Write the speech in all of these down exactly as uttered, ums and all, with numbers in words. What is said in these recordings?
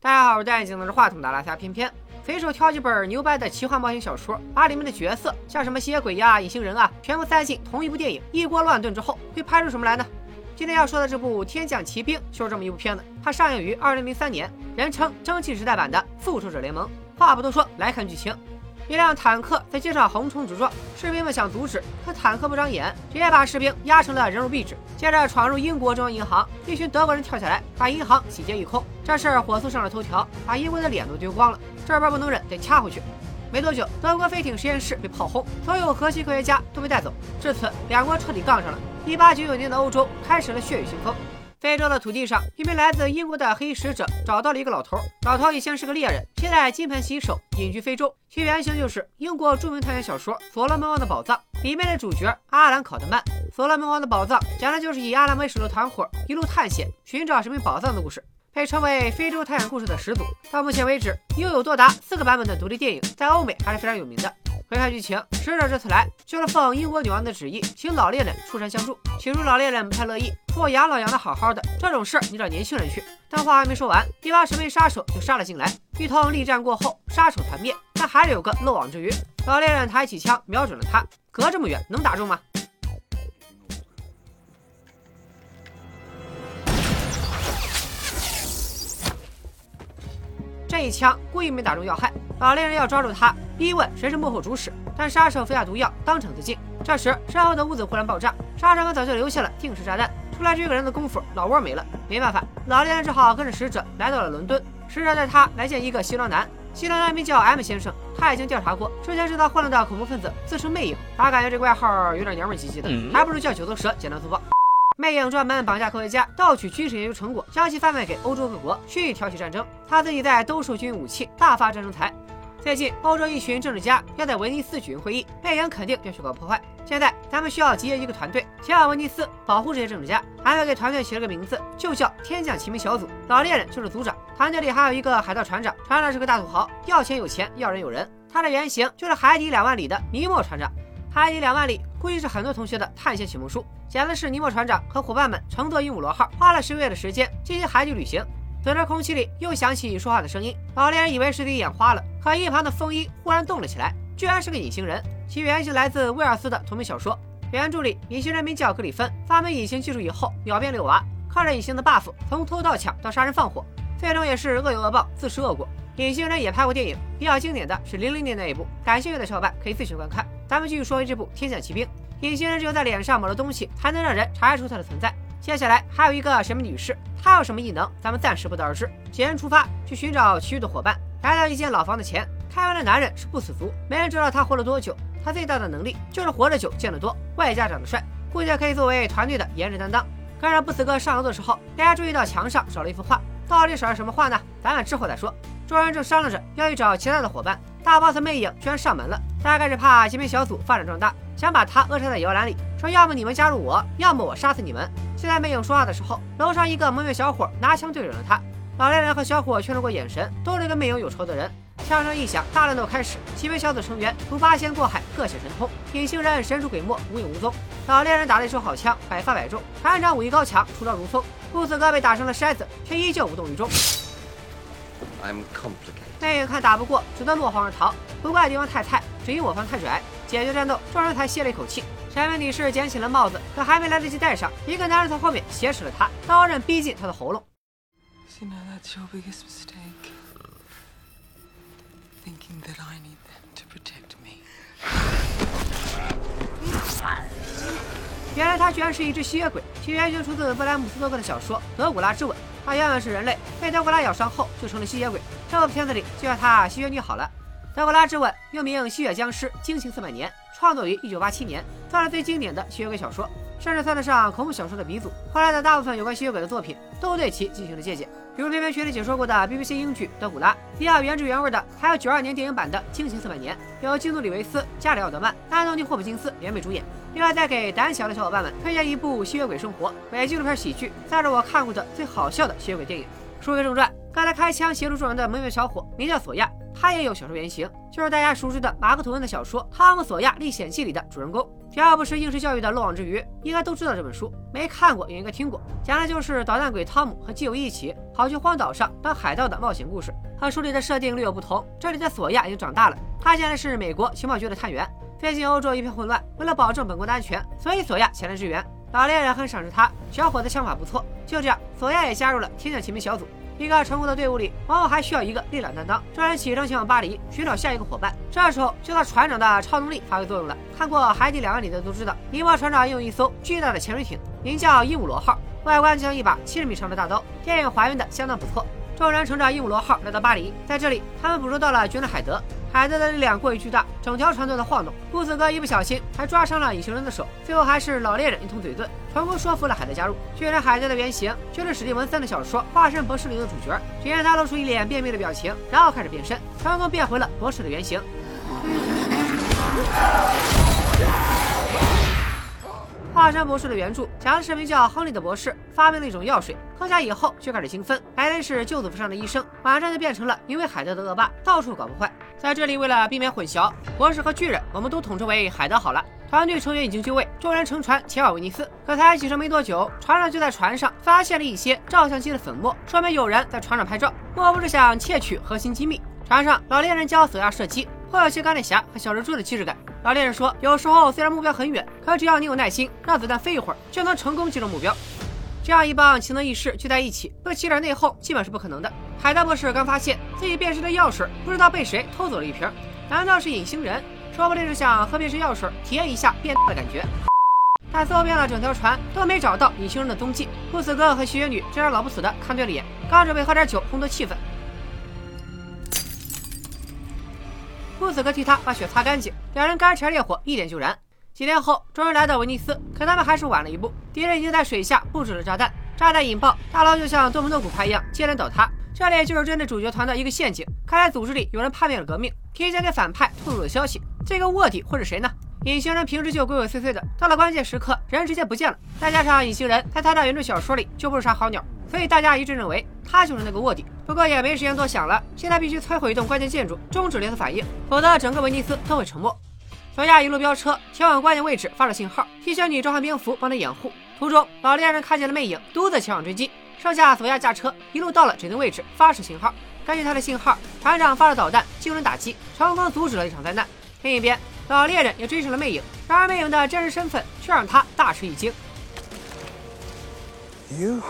大家好，我是戴眼镜拿着话筒的阿拉斯偏偏。随手挑几本牛掰的奇幻冒险小说，把里面的角色像什么吸血鬼呀、隐形人啊，全部塞进同一部电影，一锅乱炖之后，会拍出什么来呢？今天要说的这部《天降奇兵》就是这么一部片子，它上映于二零零三年，人称蒸汽时代版的《复仇者联盟》。话不多说，来看剧情。一辆坦克在街上横冲直撞，士兵们想阻止，可坦克不长眼，直接把士兵压成了人肉壁纸。接着闯入英国中央银行，一群德国人跳下来，把银行洗劫一空。这事儿火速上了头条，把英国的脸都丢光了。这边不能忍，得掐回去。没多久，德国飞艇实验室被炮轰，所有核心科学家都被带走。至此，两国彻底杠上了。一八九九年的欧洲开始了血雨腥风。非洲的土地上，一名来自英国的黑衣使者找到了一个老头。老头以前是个猎人，现在金盆洗手，隐居非洲。其原型就是英国著名探险小说《所罗门王的宝藏》里面的主角阿兰·考德曼。《所罗门王的宝藏》讲的就是以阿兰为首的团伙一路探险，寻找神秘宝藏的故事，被称为非洲探险故事的始祖。到目前为止，拥有多达四个版本的独立电影，在欧美还是非常有名的。回看剧情，使者这次来就是奉英国女王的旨意，请老猎人出山相助。起初老猎人不太乐意，说我养老养的好好的，这种事你找年轻人去。但话还没说完，一帮神秘杀手就杀了进来。一通力战过后，杀手团灭，但还是有个漏网之鱼。老猎人抬起枪瞄准了他，隔这么远能打中吗？这一枪故意没打中要害，老猎人要抓住他，逼问谁是幕后主使，但杀手服下毒药，当场自尽。这时身后的屋子忽然爆炸，杀手们早就留下了定时炸弹，出来追个人的功夫，老窝没了。没办法，老猎人只好跟着使者来到了伦敦。使者带他来见一个西装男，西装男名叫 M 先生，他已经调查过，之前制造混乱的恐怖分子自称魅影，他感觉这个外号有点娘们唧唧的，还不如叫九头蛇简单粗暴。魅影专门绑架科学家，盗取军事研究成果，将其贩卖给欧洲各国，蓄意挑起战争。他自己在兜售军用武器，大发战争财。最近，欧洲一群政治家要在威尼斯举行会议，魅影肯定要去搞破坏。现在，咱们需要集结一个团队，前往威尼斯保护这些政治家。还会给团队起了个名字，就叫天降奇兵小组。老猎人就是组长，团队里还有一个海盗船长，船长是个大土豪，要钱有钱，要人有人。他的原型就是《海底两万里》的尼莫船长。《海底两万里》估计是很多同学的探险启蒙书，讲的是尼莫船长和伙伴们乘坐鹦鹉螺号，花了十个月的时间进行海底旅行。随着空气里又响起说话的声音，老猎人以为是自己眼花了，可一旁的风衣忽然动了起来，居然是个隐形人，其原型来自威尔斯的同名小说。原著里，隐形人名叫格里芬，发明隐形技术以后，秒变六娃，靠着隐形的 buff， 从偷盗抢到杀人放火，最终也是恶有恶报，自食恶果。隐形人也拍过电影，比较经典的是零零年那一部，感兴趣的小伙伴可以自行观看。咱们继续说回这部《天降奇兵》，隐形人只有在脸上抹了东西，才能让人查出他的存在。接下来还有一个神秘女士，她有什么异能，咱们暂时不得而知。几人出发去寻找其余的伙伴，来到一间老房子前，开门的男人是不死族，没人知道他活了多久。他最大的能力就是活得久，见得多，外加长得帅，估计可以作为团队的颜值担当。跟着不死哥上楼的时候，大家注意到墙上少了一幅画，到底少了什么画呢？咱们之后再说。众人正商量着要去找其他的伙伴，大 boss 魅影居然上门了，大概是怕骑兵小组发展壮大，想把他扼杀在摇篮里，说要么你们加入我，要么我杀死你们。就在魅影说话的时候，楼上一个蒙面小伙拿枪对准了他。老猎人和小伙确认过眼神，都是跟魅影有仇的人。枪声一响，大乱斗开始，骑兵小组成员如八仙过海，各显神通，隐形人神出鬼没，无影无踪。老猎人打了一手好枪，百发百中，团长武艺高强，出招如风。不死哥被打成了筛子，却依旧无动于衷。魅影看打不过，只得落荒而逃。不怪帝王太太，只因我方太拽。解决战斗，众人才歇了一口气。神秘女士捡起了帽子，可还没来得及戴上，一个男人从后面挟持了她，刀刃逼近她的喉咙。 You know, that's your biggest mistake. Thinking that I need them to protect me. 原来他居然是一只吸血鬼，其原型出自布莱姆斯托克的小说《德古拉之吻》。他原本是人类，被德古拉咬伤后就成了吸血鬼。这部片子里就叫他吸血女好了。《德古拉之吻》又名《吸血僵尸惊情四百年》，创作于一九八七年，算是最经典的吸血鬼小说，甚至算得上恐怖小说的鼻祖。后来的大部分有关吸血鬼的作品都对其进行了借鉴，比如偏偏学里解说过的 B B C 英剧《德古拉》，比较原汁原味的还有九二年电影版的《惊情四百年》，有基努里维斯、加里奥德曼、安东尼霍普金斯联袂主演。另外再给胆小的小伙伴们推荐一部《吸血鬼生活》，伪纪录片喜剧，算是我看过的最好笑的吸血鬼电影。书归正传，刚才开枪协助众人的蒙面小伙名叫索亚，他也有小说原型，就是大家熟知的马克吐温的小说《汤姆·索亚历险记》里的主人公。 只要不是应试教育的漏网之鱼，应该都知道这本书，没看过也应该听过。讲的就是捣蛋鬼汤姆和基友一起跑去荒岛上当海盗的冒险故事。和书里的设定略有不同，这里的索亚已经长大了，他现在是美国情报局的探员。最近欧洲一片混乱，为了保证本国的安全，所以索亚前来支援。老猎人很赏识他，小伙子枪法不错。就这样，索亚也加入了天降奇兵小组。一个成功的队伍里，往往还需要一个力量担当。众人启程前往巴黎寻找下一个伙伴。这时候，就到船长的超能力发挥作用了。看过《海底两万里》的都知道，尼莫船长用一艘巨大的潜水艇，名叫鹦鹉螺号，外观就像一把七十米长的大刀，电影还原的相当不错。众人乘着鹦鹉螺号来到巴黎，在这里，他们捕捉到了军人海德。海德的力量过于巨大，整条船都在晃动。不死哥一不小心还抓伤了隐形人的手，最后还是老猎人一通嘴遁，成功说服了海德加入。巨人海德的原型就是史蒂文森的小说《化身博士》里的主角。只见他露出一脸便秘的表情，然后开始变身，成功变回了博士的原型。化身博士的原著讲的是名叫亨利的博士发明了一种药水，喝下以后就开始精分，白天是救死扶伤的医生，晚上就变成了因为海德的恶霸，到处搞破坏。在这里，为了避免混淆，博士和巨人我们都统称为海德好了。团队成员已经就位，众人乘船前往威尼斯。可才启程没多久，船长就在船上发现了一些照相机的粉末，说明有人在船上拍照，莫不是想窃取核心机密。船上，老猎人教索亚射击，颇有些钢铁侠和小蜘蛛的气质感。老猎人说，有时候虽然目标很远，可只要你有耐心，让子弹飞一会儿，就能成功击中目标。这样一帮奇能异士聚在一起，不起点内讧基本是不可能的。海德博士刚发现自己变身的药水不知道被谁偷走了一瓶，难道是隐形人？说不定是想喝变身药水体验一下变的感觉。但搜遍了整条船都没找到隐形人的踪迹。不死哥和吸血女这样老不死的看对了眼，刚准备喝点酒烘托气氛，不死哥替他把血擦干净，两人干柴烈火一点就燃。几天后，众人来到威尼斯，可他们还是晚了一步。敌人已经在水下布置了炸弹，炸弹引爆，大楼就像多蒙特骨牌一样接连倒塌。这里就是针对主角团的一个陷阱。看来组织里有人叛变了革命，提前给反派透露了消息。这个卧底会是谁呢？隐形人平时就鬼鬼祟祟的，到了关键时刻人直接不见了。再加上隐形人在他的原著小说里就不是啥好鸟，所以大家一致认为他就是那个卧底。不过也没时间多想了，现在必须摧毁一栋关键建筑，终止联合反应，否则整个威尼斯都会沉没。索亚一路飙车前往关键位置发了信号，吸血女召唤蝙蝠帮他掩护。途中老猎人看见了魅影，独自前往追击，剩下索亚驾车一路到了指定位置发射信号。根据他的信号，船长发了导弹精准打击，成功阻止了一场灾难。另一边，老猎人也追上了魅影，然而魅影的真实身份却让他大吃一惊。 You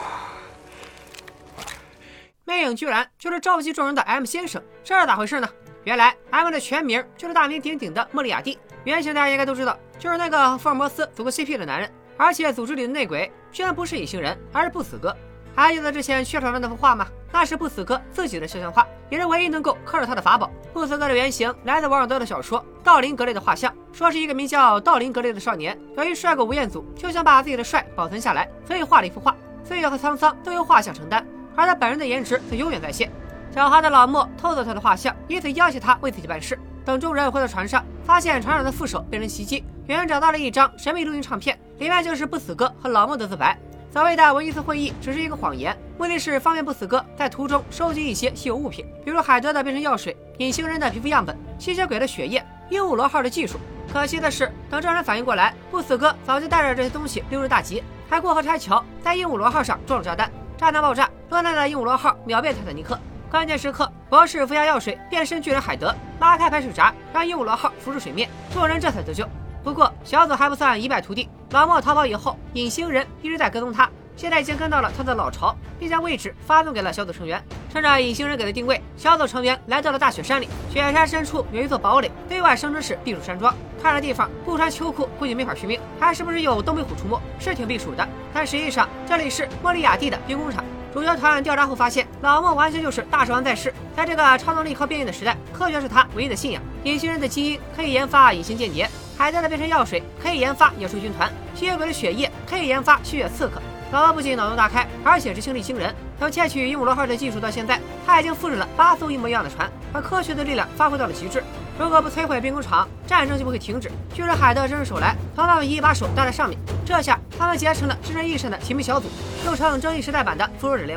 魅影居然就是召集众人的 M 先生，这是咋回事呢？原来 M 的全名就是大名鼎鼎的莫利亚蒂，原型大家应该都知道，就是那个和福尔摩斯组过 C P 的男人。而且组织里的内鬼居然不是隐形人，而是不死哥。还记得之前宣传的那幅画吗？那是不死哥自己的肖像画，也是唯一能够刻着他的法宝。不死哥的原型来自王尔德的小说《道林格雷的画像》，说是一个名叫道林格雷的少年，由于帅过吴彦祖，就想把自己的帅保存下来，所以画了一幅画，岁月和沧桑都由画像承担，而他本人的颜值则永远在线。狡猾的老莫偷走他的画像，以此要挟他为自己办事。等众人回到船上，发现船长的副手被人袭击，有人找到了一张神秘录音唱片，里面就是不死哥和老莫的自白。所谓的威尼斯会议只是一个谎言，目的是方便不死哥在途中收集一些稀有物品，比如海德的变身药水、隐形人的皮肤样本、吸血鬼的血液、鹦鹉螺号的技术。可惜的是，等众人反应过来，不死哥早就带着这些东西溜入大吉，还过河拆桥，在鹦鹉螺号上装了炸弹。炸弹爆炸，落难的鹦鹉螺号秒变泰坦尼克。关键时刻，博士服下药水，变身巨人海德，拉开排水闸，让鹦鹉螺号浮出水面，众人这才得救。不过小组还不算一败涂地，老莫逃跑以后，隐形人一直在跟踪他，现在已经跟到了他的老巢，并将位置发送给了小组成员。趁着隐形人给的定位，小组成员来到了大雪山里。雪山深处有一座堡垒，对外声称是避暑山庄。看这地方，不穿秋裤估计没法续命，还是不是有东北虎出没，是挺避暑的。但实际上这里是莫利亚蒂的兵工厂。主角团调查后发现，老莫完全就是大蛇丸在世。在这个超能力靠变异的时代，科学是他唯一的信仰。隐形人的基因可以研发隐形间谍，海德的变身药水可以研发野兽军团，吸血鬼的血液可以研发吸血刺客。老莫不仅脑洞大开，而且执行力惊人。从窃取鹦鹉螺号的技术到现在，他已经复制了八艘一模一样的船，把科学的力量发挥到了极致。如果不摧毁兵工厂，战争就不会停止。巨人海德伸出手来，唐纳一把手搭在上面，这下他们结成了真正意义上的奇兵小组，又称正义时代版的复仇者联盟。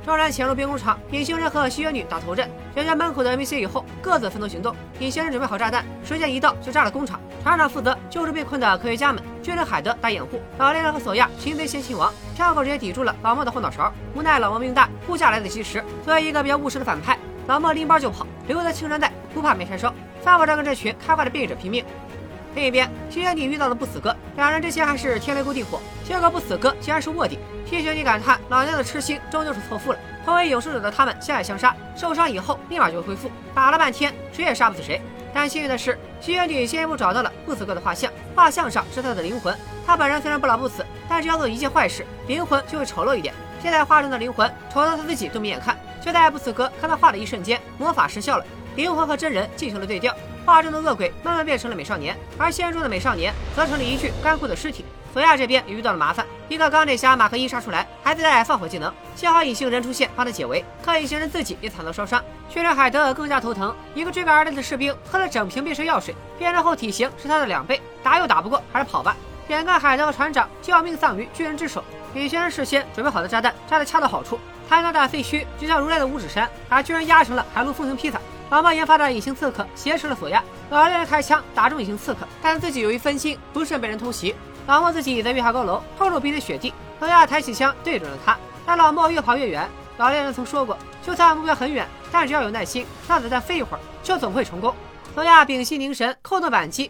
众人潜入兵工厂，隐形人和吸血女打头阵，解决门口的 N P C 以后，各自分头行动。隐形人准备好炸弹，时间一到就炸了工厂。厂长负责救助被困的科学家们，军人海德打掩护，老猎人和索亚擒贼先擒王，枪口直接抵住了老莫的后脑勺。无奈老莫命大，护驾来得及时，作为一个比较务实的反派，老莫拎包就跑，留在青山带，不怕没柴烧，放火着跟这群开挂的变异者拼命。另一边，吸血女遇到了不死哥，两人之前还是天雷勾地火，结果不死哥竟然是卧底。吸血女感叹老娘的痴心终究是错付了。同为有生者的他们相爱相杀，受伤以后立马就会恢复，打了半天谁也杀不死谁。但幸运的是，吸血女先一步找到了不死哥的画像，画像上是他的灵魂。他本人虽然不老不死，但只要做一件坏事，灵魂就会丑陋一点。现在画中的灵魂丑到他自己都没眼看。就在不死哥看到画的一瞬间，魔法失效了，灵魂和真人进行了对调。画中的恶鬼慢慢变成了美少年，而现实中的美少年则成了一具干枯的尸体。索亚这边也遇到了麻烦，一个钢铁侠马克一杀出来，还自带放火技能，幸好隐形人出现帮他解围，可隐形人自己也惨遭烧伤。血人海德更加头疼，一个追赶而来的士兵喝了整瓶变身药水，变身后体型是他的两倍，打又打不过，还是跑吧。眼看海德和船长就要命丧于巨人之手，隐形人事先准备好的炸弹炸得恰到好处，贪婪的废墟就像如来的五指山，把巨人压成了海陆风行披萨。老莫研发的隐形刺客挟持了索亚，老猎人开枪打中隐形刺客，但自己由于分心，不慎被人偷袭。老莫自己在月下高楼透露鼻涕血地，索亚抬起枪对准了他，但老莫越跑越远。老猎人曾说过，就算目标很远，但只要有耐心，让子弹飞一会儿，就总会成功。索亚屏息凝神，扣动扳机。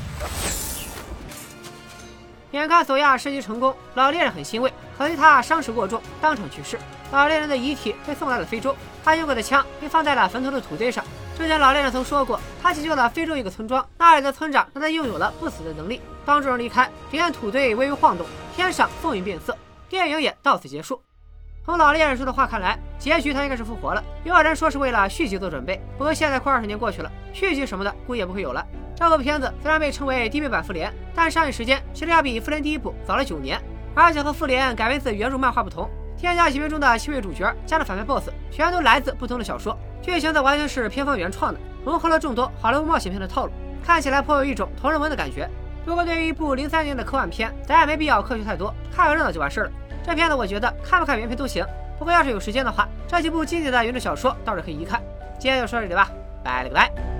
眼看索亚射击成功，老猎人很欣慰，可惜他伤势过重，当场去世。老猎人的遗体被送来了非洲，他用过的枪被放在了坟头的土堆上。之前老猎人曾说过，他解救了非洲一个村庄，那里的村长让他拥有了不死的能力。当众人离开，只见土堆微微晃动，天上风云变色。电影也到此结束。从老猎人说的话看来，结局他应该是复活了。也有人说是为了续集做准备，不过现在快二十年过去了，续集什么的估计也不会有了。这部片子虽然被称为低配版复联，但上映时间其实要比复联第一部早了九年，而且和复联改编自原著漫画不同，天下奇兵中的七位主角加上反派 BOSS 全都来自不同的小说，剧情则完全是片方原创的，融合了众多好莱坞冒险片的套路，看起来颇有一种同人文的感觉。不过对于一部零三年的科幻片，咱也没必要科学太多，看个热闹就完事了。这片子我觉得看不看原片都行，不过要是有时间的话，这几部经典的原著小说倒是可以一看。今天就说到这里吧，拜了个拜。